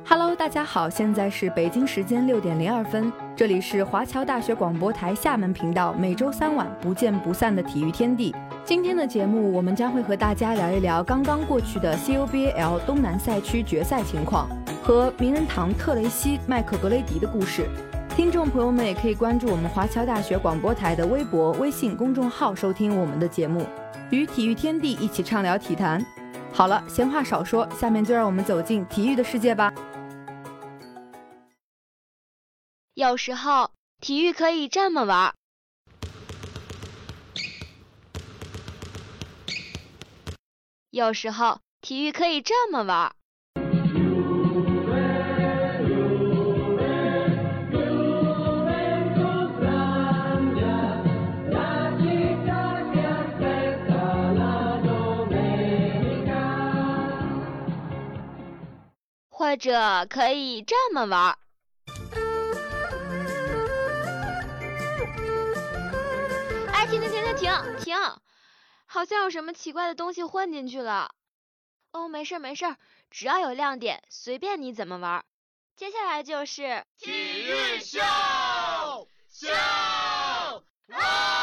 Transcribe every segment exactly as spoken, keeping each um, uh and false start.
Hello， 大家好，现在是北京时间六点零二分，这里是华侨大学广播台厦门频道，每周三晚不见不散的体育天地。今天的节目，我们将会和大家聊一聊刚刚过去的 C U B A L 东南赛区决赛情况和名人堂特雷西麦克格雷迪的故事。听众朋友们也可以关注我们华侨大学广播台的微博、微信公众号收听我们的节目，与体育天地一起畅聊体坛。好了，闲话少说，下面就让我们走进体育的世界吧。 有时候体育可以这么玩，有时候体育可以这么玩。或者可以这么玩。哎，停停停停停停！好像有什么奇怪的东西混进去了。哦，没事没事，只要有亮点，随便你怎么玩。接下来就是体育秀秀哦！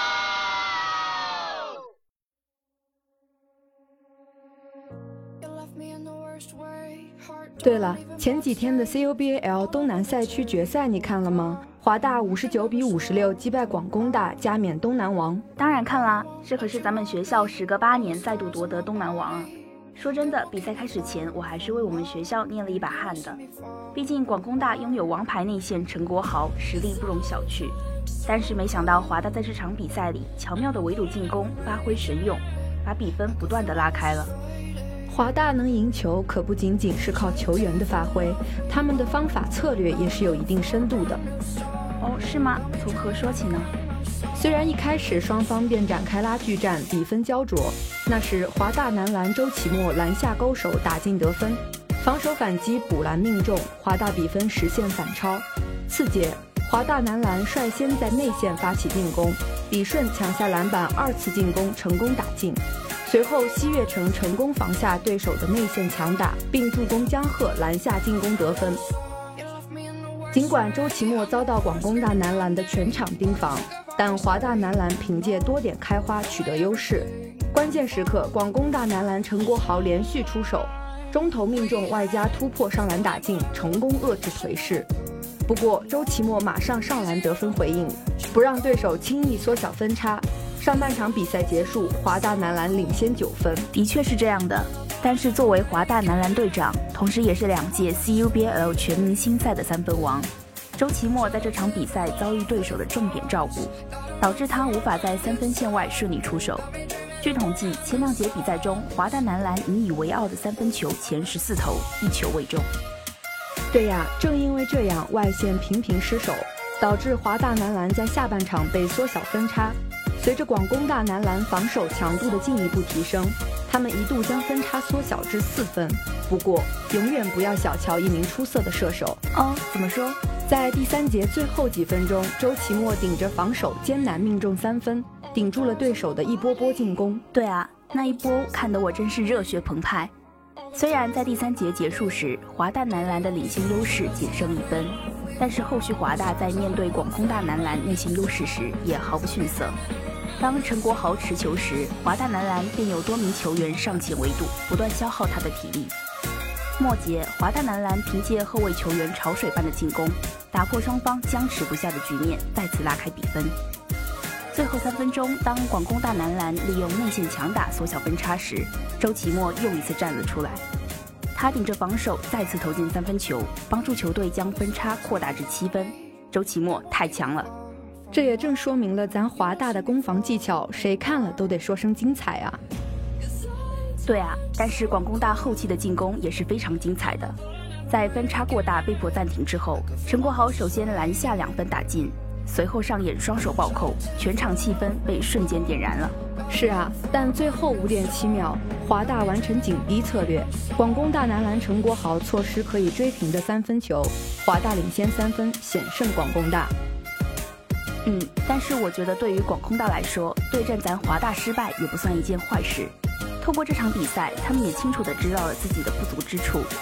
对了，前几天的 C U B A L 东南赛区决赛你看了吗？华大五十九比五十六击败广工大，加冕东南王。 当然看啦，这可是咱们学校时隔八年再度夺得东南王啊！说真的，比赛开始前，我还是为我们学校捏了一把汗的。毕竟广工大拥有王牌内线陈国豪，实力不容小觑。但是没想到华大在这场比赛里巧妙的围堵进攻，发挥神勇，把比分不断的拉开了。 华大能赢球可不仅仅是靠球员的发挥，他们的方法策略也是有一定深度的。 哦，是吗？从何说起呢？ 虽然一开始双方便展开拉锯战，比分焦灼，那时华大男篮周启墨篮下勾手打进得分，防守反击补篮命中，华大比分实现反超。次节，华大男篮率先在内线发起进攻，李顺抢下篮板，二次进攻成功打进。随后，奚岳成成功防下对手的内线强打，并助攻江鹤篮下进攻得分。尽管周启墨遭到广工大男篮的全场盯防，但华大男篮凭借多点开花取得优势。关键时刻，广工大男篮陈国豪连续出手，中投命中，外加突破上篮打进，成功遏制颓势。不过，周启墨马上上篮得分回应，不让对手轻易缩小分差。上半场比赛结束，华大男篮领先九分。 的确是这样的，但是作为华大男篮队长，同时也是两届 C U B A L 全明星赛的三分王，周启墨在这场比赛遭遇对手的重点照顾，导致他无法在三分线外顺利出手。据统计，前两节比赛中，华大男篮引以为傲的三分球前十四投，一球未中。 对呀，正因为这样，外线频频失手，导致华大男篮在下半场被缩小分差。随着广工大男篮防守强度的进一步提升，他们一度将分差缩小至四分。不过，永远不要小瞧一名出色的射手。 哦，怎么说？ 在第三节最后几分钟，周启墨顶着防守艰难命中三分，顶住了对手的一波波进攻。 对啊，那一波看得我真是热血澎湃。虽然在第三节结束时，华大男篮的领先优势仅剩一分，但是后续华大在面对广工大男篮内线优势时也毫不逊色。当陈国豪持球时，华大男篮便有多名球员上前围堵，不断消耗他的体力。末节，华大男篮凭借后卫球员潮水般的进攻，打破双方僵持不下的局面，再次拉开比分。最后三分钟，当广工大男篮利用内线强打缩小分差时，周启墨又一次站了出来。他顶着防守再次投进三分球，帮助球队将分差扩大至七分。周启墨太强了。 这也正说明了咱华大的攻防技巧，谁看了都得说声精彩啊！ 对啊，但是广工大后期的进攻也是非常精彩的。在分差过大被迫暂停之后，陈国豪首先篮下两分打进，随后上演双手暴扣，全场气氛被瞬间点燃了。 是啊，但最后五点七秒，华大完成紧逼策略，广工大男篮陈国豪错失可以追平的三分球，华大领先三分，险胜广工大。 嗯，但是我觉得对于广工大来说，对阵咱华大失败也不算一件坏事。透过这场比赛，他们也清楚地知道了自己的不足之处。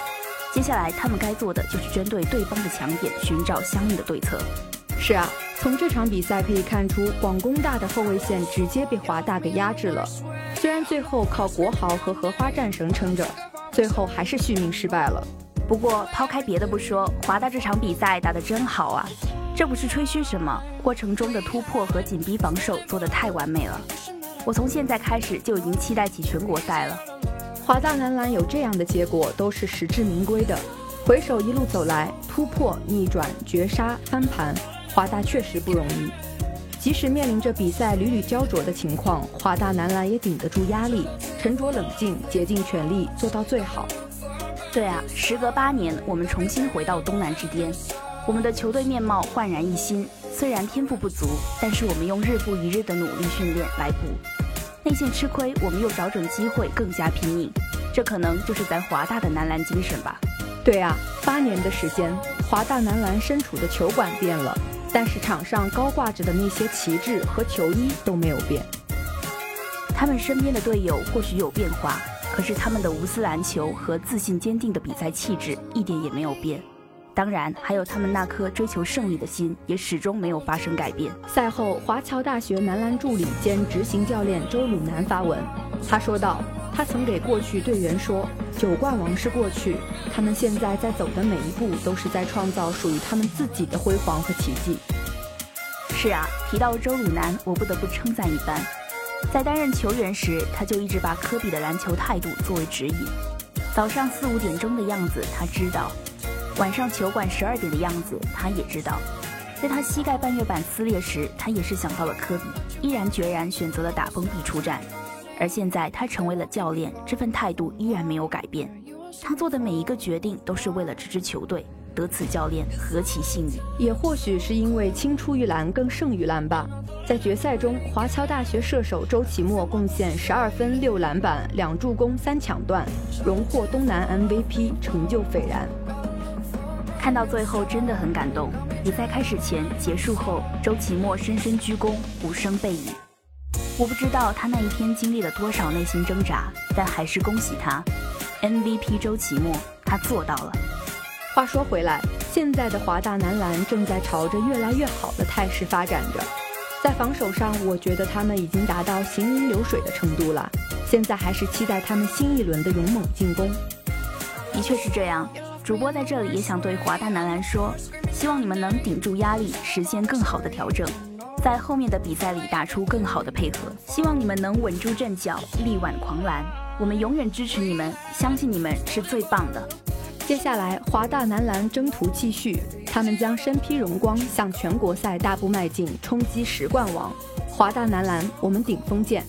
接下来他们该做的就是针对对方的强点寻找相应的对策。 是啊，从这场比赛可以看出，广工大的后卫线直接被华大给压制了。虽然最后靠国豪和荷花战神撑着，最后还是续命失败了。 不过抛开别的不说，华大这场比赛打得真好啊！这不是吹嘘什么，过程中的突破和紧逼防守做得太完美了。我从现在开始就已经期待起全国赛了。 华大男篮有这样的结果都是实至名归的。回首一路走来，突破、逆转、绝杀、翻盘，华大确实不容易。即使面临着比赛屡屡焦灼的情况，华大男篮也顶得住压力，沉着冷静，竭尽全力做到最好。 对啊，时隔八年，我们重新回到东南之巅，我们的球队面貌焕然一新。虽然天赋不足，但是我们用日复一日的努力训练来补。内线吃亏，我们又找准机会更加拼命。这可能就是咱华大的男篮精神吧。 对啊，八年的时间，华大男篮身处的球馆变了，但是场上高挂着的那些旗帜和球衣都没有变。 他们身边的队友或许有变化，可是他们的无私篮球和自信坚定的比赛气质一点也没有变。当然，还有他们那颗追求胜利的心也始终没有发生改变。 赛后，华侨大学男篮助理兼执行教练周鲁南发文，他说道：“他曾给过去队员说，九冠王是过去，他们现在在走的每一步都是在创造属于他们自己的辉煌和奇迹。” 是啊，提到周鲁南，我不得不称赞一番。在担任球员时，他就一直把科比的篮球态度作为指引。早上四五点钟的样子，他知道。晚上球馆十二点的样子，他也知道。在他膝盖半月板撕裂时，他也是想到了科比，毅然决然选择了打封闭出战。而现在他成为了教练，这份态度依然没有改变。他做的每一个决定都是为了这支球队，得此教练何其幸运。 也或许是因为青出于蓝更胜于蓝吧。在决赛中，华侨大学射手周奇墨贡献十二分、六篮板、两助攻、三抢断，荣获东南 M V P， 成就斐然。 看到最后真的很感动。比赛开始前、结束后，周奇墨深深鞠躬，无声背语。我不知道他那一天经历了多少内心挣扎，但还是恭喜他 ，M V P 周奇墨，他做到了。 话说回来，现在的华大男篮正在朝着越来越好的态势发展着。在防守上，我觉得他们已经达到行云流水的程度了。现在还是期待他们新一轮的勇猛进攻。 的确是这样。主播在这里也想对华大男篮说，希望你们能顶住压力，实现更好的调整，在后面的比赛里打出更好的配合。希望你们能稳住阵脚，力挽狂澜。我们永远支持你们，相信你们是最棒的。 接下来，华大男篮征途继续，他们将身披荣光，向全国赛大步迈进，冲击十冠王。华大男篮，我们顶峰见。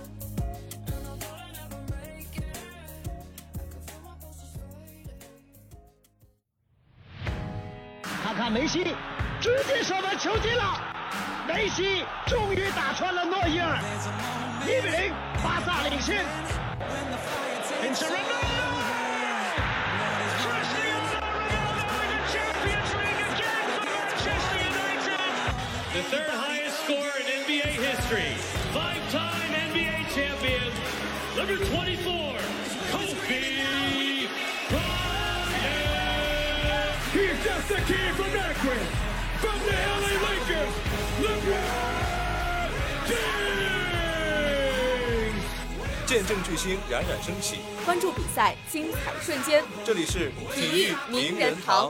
看看梅西，直接射门球进了！梅西终于打穿了诺伊尔，一比零，巴萨领先。 The third highest score in N B A history, five-time N B A champion, number twenty-four, Kobe Bryant. He's just a kid from Akron, from the L A Lakers, LeBron James. 见证巨星冉冉升起， 关注比赛精彩瞬间。 这里是体育名人堂。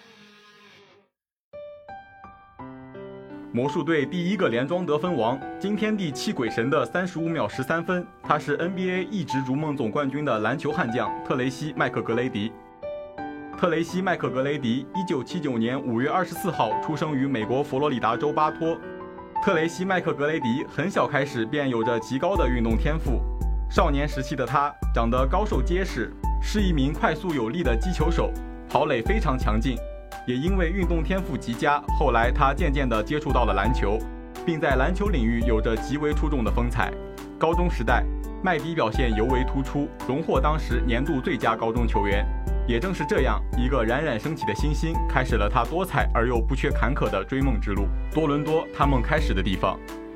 魔术队第一个连庄得分王，惊天地泣鬼神的三十五秒十三分，他是 N B A 一直逐梦总冠军的篮球悍将特雷西·麦克格雷迪。特雷西·麦克格雷迪一九七九年五月二十四号出生于美国佛罗里达州巴托。特雷西·麦克格雷迪很小开始便有着极高的运动天赋，少年时期的他长得高瘦结实，是一名快速有力的击球手，跑垒非常强劲。也因为运动天赋极佳，后来他渐渐地接触到了篮球，并在篮球领域有着极为出众的风采。高中时代，麦迪表现尤为突出，荣获当时年度最佳高中球员。也正是这样一个冉冉升起的新星，开始了他多彩而又不缺坎坷的追梦之路。多伦多，他梦开始的地方。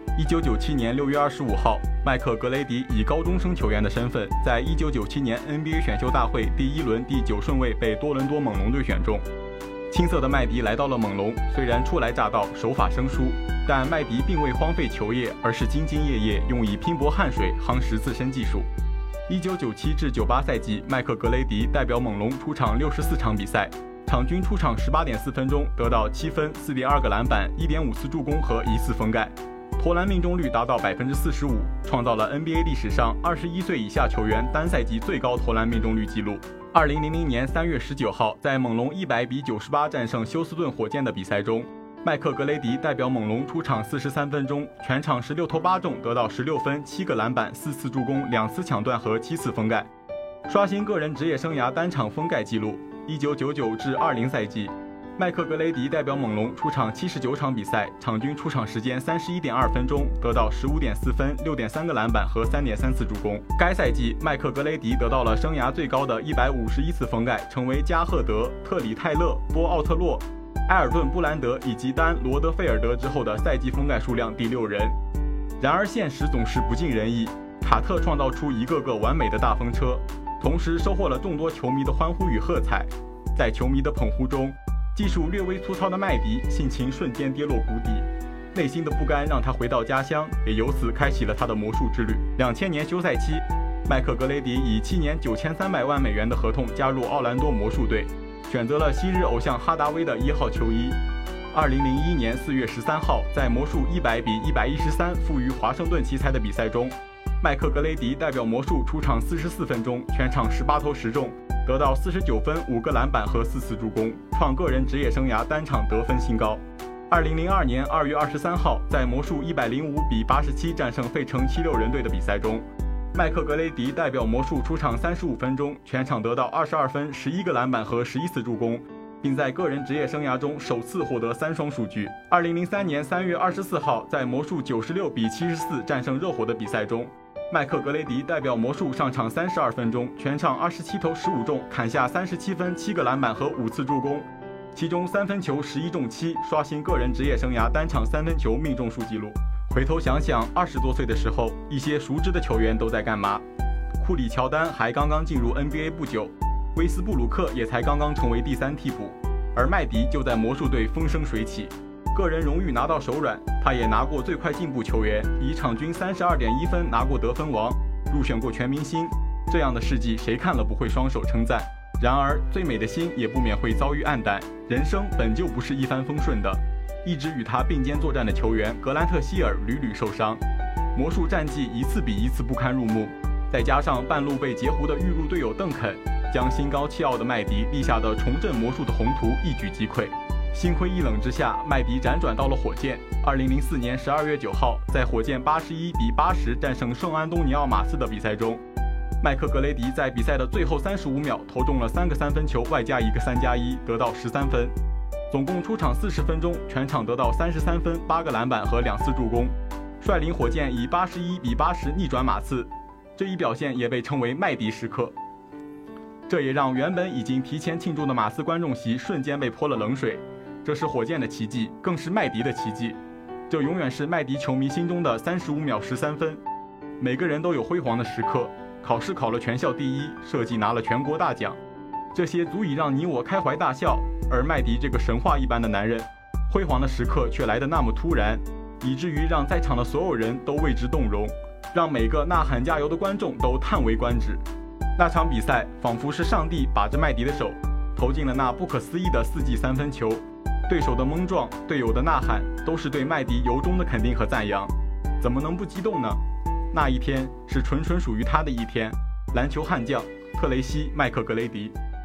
一九九七年六月二十五号，麦克格雷迪以高中生球员的身份，在一九九七年 N B A 选秀大会第一轮第九顺位被多伦多猛龙队选中。青涩的麦迪来到了猛龙，虽然初来乍到，手法生疏，但麦迪并未荒废球业，而是兢兢业业，用以拼搏汗水，夯实自身技术。一九九七至九八赛季，麦克格雷迪代表猛龙出场六十四场比赛，场均出场十八点四分钟，得到七分、四点二个篮板、一点五次助攻和一次封盖。投篮命中率达到 百分之四十五， 创造了 N B A 历史上二十一岁以下球员单赛季最高投篮命中率纪录。二零零零年三月十九号，在猛龙一百比九十八战胜休斯顿火箭的比赛中，麦克格雷迪代表猛龙出场四十三分钟，全场十六投八中，得到十六分、七个篮板、四次助攻、两次抢断和七次封盖，刷新个人职业生涯单场封盖纪录。一九九九至二零赛季，麦克格雷迪代表猛龙出场七十九场比赛，场均出场时间三十一点二分钟，得到十五点四分、六点三个篮板和三点三次助攻。该赛季，麦克格雷迪得到了生涯最高的一百五十一次封盖，成为加赫德、特里泰勒、波奥特洛、埃尔顿布兰德以及丹罗德菲尔德之后的赛季封盖数量第六人。然而现实总是不尽人意，卡特创造出一个个完美的大风车，同时收获了众多球迷的欢呼与喝彩。在球迷的捧呼中，技术略微粗糙的麦迪性情瞬间跌落谷底，内心的不甘让他回到家乡，也由此开启了他的魔术之旅。两千年休赛期，麦克格雷迪以七年九千三百万美元的合同加入奥兰多魔术队，选择了昔日偶像哈达威的一号球衣。二零零一年四月十三号，在魔术一百比一百一十三负于华盛顿奇才的比赛中，麦克格雷迪代表魔术出场四十四分钟，全场十八投十中，得到四十九分、五个篮板和四次助攻，创个人职业生涯单场得分新高。二零零二年二月二十三号，在魔术一百零五比八十七战胜费城七六人队的比赛中，麦克格雷迪代表魔术出场三十五分钟，全场得到二十二分、十一个篮板和十一次助攻，并在个人职业生涯中首次获得三双数据。二零零三年三月二十四号，在魔术九十六比七十四战胜热火的比赛中，麦克格雷迪代表魔术上场三十二分钟，全场二十七投十五中，砍下三十七分、七个篮板和五次助攻，其中三分球十一中七，刷新个人职业生涯单场三分球命中数纪录。回头想想，二十多岁的时候，一些熟知的球员都在干嘛？库里、乔丹还刚刚进入 N B A 不久，威斯布鲁克也才刚刚成为第三替补，而麦迪就在魔术队风生水起，个人荣誉拿到手软，他也拿过最快进步球员，以场均 三十二点一分拿过得分王，入选过全明星。这样的事迹谁看了不会双手称赞？然而最美的心也不免会遭遇黯淡，人生本就不是一帆风顺的。一直与他并肩作战的球员格兰特希尔屡屡受伤，魔术战绩一次比一次不堪入目，再加上半路被截胡的预入队友邓肯，将心高气傲的麦迪立下的重振魔术的宏图一举击溃。心灰意冷之下，麦迪辗转到了火箭。二零零四年十二月九号，在火箭八十一比八十战胜圣安东尼奥马刺的比赛中，麦克格雷迪在比赛的最后三十五秒投中了三个三分球，外加一个三加一，得到十三分。总共出场四十分钟，全场得到三十三分、八个篮板和两次助攻，率领火箭以八十一比八十逆转马刺。这一表现也被称为麦迪时刻。这也让原本已经提前庆祝的马刺观众席瞬间被泼了冷水。这是火箭的奇迹，更是麦迪的奇迹。这永远是麦迪球迷心中的三十五秒十三分。每个人都有辉煌的时刻，考试考了全校第一，设计拿了全国大奖，这些足以让你我开怀大笑。而麦迪这个神话一般的男人，辉煌的时刻却来得那么突然，以至于让在场的所有人都为之动容，让每个呐喊加油的观众都叹为观止。那场比赛仿佛是上帝把着麦迪的手，投进了那不可思议的四记三分球。对手的懵撞，队友的呐喊，都是对麦迪由衷的肯定和赞扬。怎么能不激动呢？那一天是纯纯属于他的一天。篮球悍将特雷西·麦克格雷迪。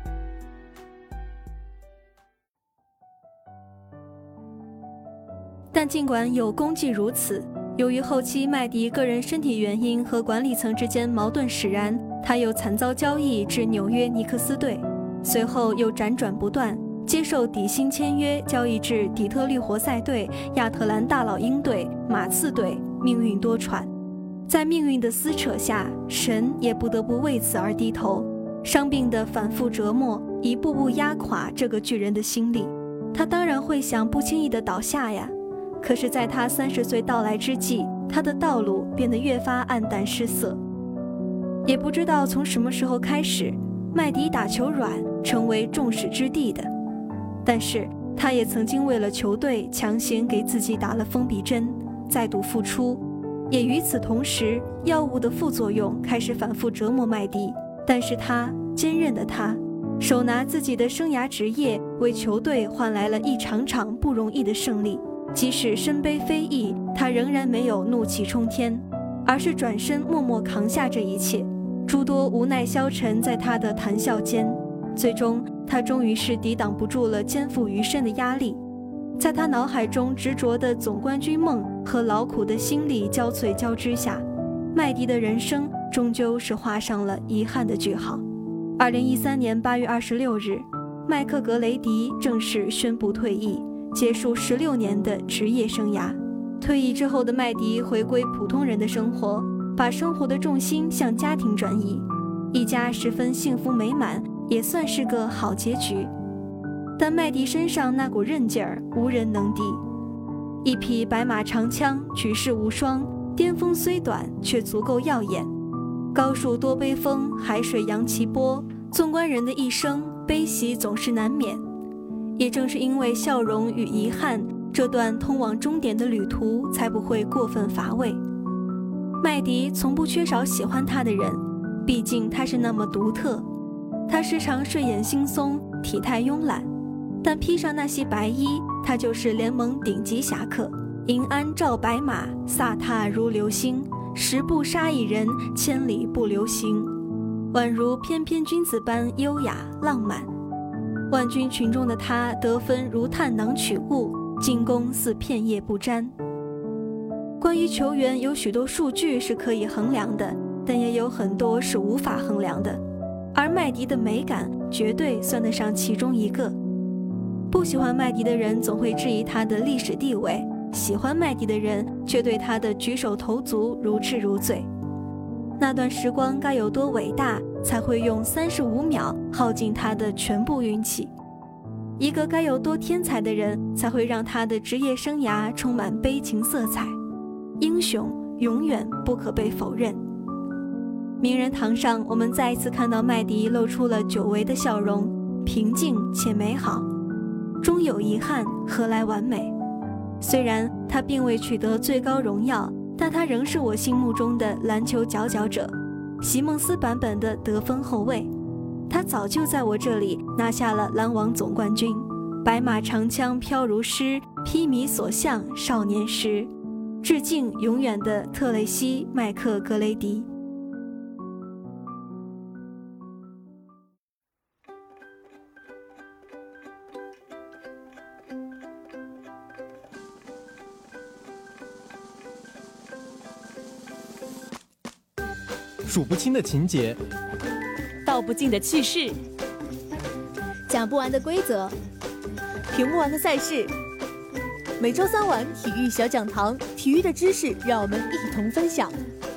但尽管有功绩如此，由于后期麦迪个人身体原因和管理层之间矛盾使然，他又惨遭交易至纽约尼克斯队，随后又辗转不断，接受底薪签约，交易至底特律活塞队、亚特兰大老鹰队、马刺队，命运多舛。在命运的撕扯下，神也不得不为此而低头。伤病的反复折磨，一步步压垮这个巨人的心理。他当然会想不轻易地倒下呀， 可是在他三十岁到来之际，他的道路变得越发黯淡失色。也不知道从什么时候开始，麦迪打球软成为众矢之的的，但是他也曾经为了球队强行给自己打了封闭针，再度复出。也与此同时，药物的副作用开始反复折磨麦迪，但是他坚韧的他手拿自己的生涯职业，为球队换来了一场场不容易的胜利。即使身背非议，他仍然没有怒气冲天，而是转身默默扛下这一切。诸多无奈消沉在他的谈笑间，最终他终于是抵挡不住了肩负余生的压力。在他脑海中执着的总冠军梦和劳苦的心力交瘁交织下，麦迪的人生终究是画上了遗憾的句号。二零一三年八月二十六日，麦克格雷迪正式宣布退役，结束十六年的职业生涯。退役之后的麦迪回归普通人的生活，把生活的重心向家庭转移，一家十分幸福美满，也算是个好结局。但麦迪身上那股韧劲儿无人能敌，一匹白马长枪，举世无双，巅峰虽短却足够耀眼。高树多悲风，海水扬奇波，纵观人的一生，悲喜总是难免。也正是因为笑容与遗憾，这段通往终点的旅途才不会过分乏味。麦迪从不缺少喜欢他的人，毕竟他是那么独特。他时常睡眼惺忪，体态慵懒，但披上那袭白衣，他就是联盟顶级侠客，银鞍照白马，飒沓如流星，十步杀一人，千里不留行，宛如翩翩君子般优雅浪漫。万军群中的他，得分如探囊取物，进攻似片叶不沾。关于球员，有许多数据是可以衡量的，但也有很多是无法衡量的，而麦迪的美感绝对算得上其中一个。不喜欢麦迪的人总会质疑他的历史地位，喜欢麦迪的人却对他的举手投足如痴如醉。那段时光该有多伟大，才会用三十五秒耗尽他的全部运气？一个该有多天才的人，才会让他的职业生涯充满悲情色彩？英雄永远不可被否认。名人堂上，我们再一次看到麦迪露出了久违的笑容，平静且美好。终有遗憾，何来完美？虽然他并未取得最高荣耀，但他仍是我心目中的篮球佼佼者，席梦思版本的得分后卫。他早就在我这里拿下了篮网总冠军。白马长枪飘如诗，披靡所向少年时。致敬永远的特雷西·麦克格雷迪。 数不清的情节， 道不尽的趣事，讲不完的规则，评不完的赛事。每周三晚体育小讲堂，体育的知识让我们一同分享。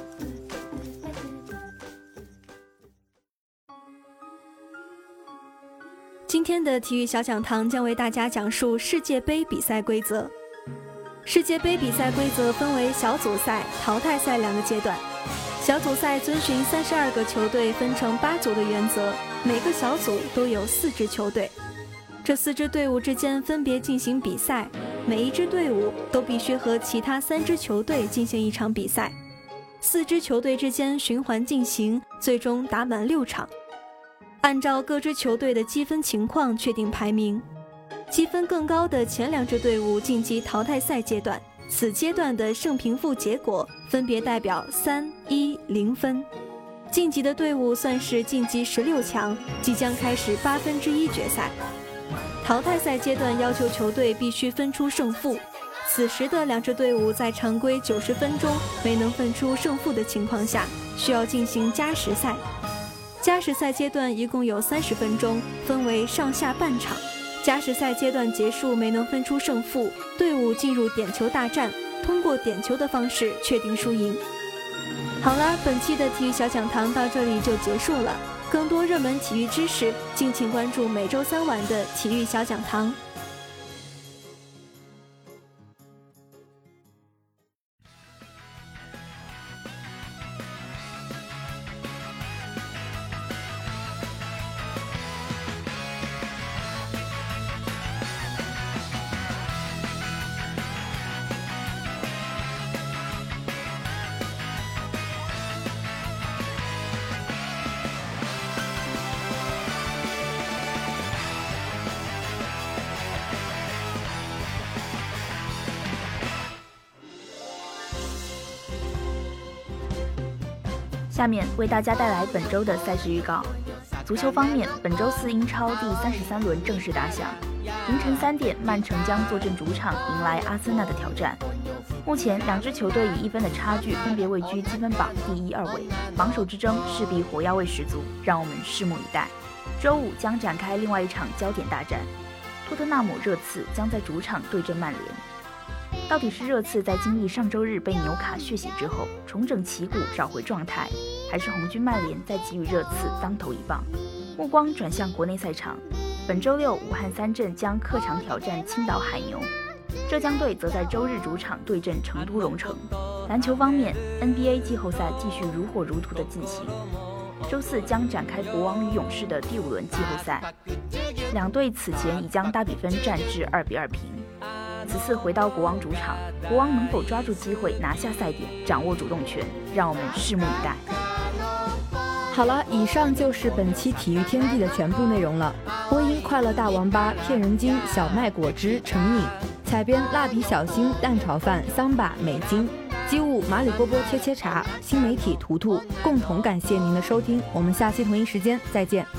今天的体育小讲堂将为大家讲述世界杯比赛规则。世界杯比赛规则分为小组赛、淘汰赛两个阶段。小组赛遵循三十二个球队分成八组的原则，每个小组都有四支球队。这四支队伍之间分别进行比赛，每一支队伍都必须和其他三支球队进行一场比赛，四支球队之间循环进行，最终打满六场。按照各支球队的积分情况确定排名，积分更高的前两支队伍晋级淘汰赛阶段，此阶段的胜平负结果分别代表三、一、零分。晋级的队伍算是晋级十六强，即将开始八分之一决赛。淘汰赛阶段要求球队必须分出胜负，此时的两支队伍在常规九十分钟没能分出胜负的情况下，需要进行加时赛。加时赛阶段一共有三十分钟，分为上下半场。加时赛阶段结束没能分出胜负，队伍进入点球大战，通过点球的方式确定输赢。好了，本期的体育小讲堂到这里就结束了。更多热门体育知识，敬请关注每周三晚的体育小讲堂。 下面为大家带来本周的赛事预告。足球方面，本周四英超第三十三轮正式打响，凌晨三点，曼城将坐镇主场迎来阿森纳的挑战。目前两支球队以一分的差距分别位居积分榜第一、二位，榜首之争势必火药味十足，让我们拭目以待。周五将展开另外一场焦点大战，托特纳姆热刺将在主场对阵曼联。到底是热刺在经历上周日被纽卡血洗之后重整旗鼓找回状态，还是红军曼联在给予热刺当头一棒？目光转向国内赛场，本周六武汉三镇将客场挑战青岛海牛，浙江队则在周日主场对阵成都蓉城。篮球方面 ，N B A 季后赛继续如火如荼的进行，周四将展开国王与勇士的第五轮季后赛，两队此前已将大比分战至二比二平。此次回到国王主场，国王能否抓住机会拿下赛点，掌握主动权，让我们拭目以待。 好了，以上就是本期体育天地的全部内容了。播音快乐大王八、骗人精、小麦果汁、成瘾，采编蜡笔小新、蛋炒饭、桑巴、美金，机务马里波波切切茶，新媒体图图，共同感谢您的收听，我们下期同一时间再见。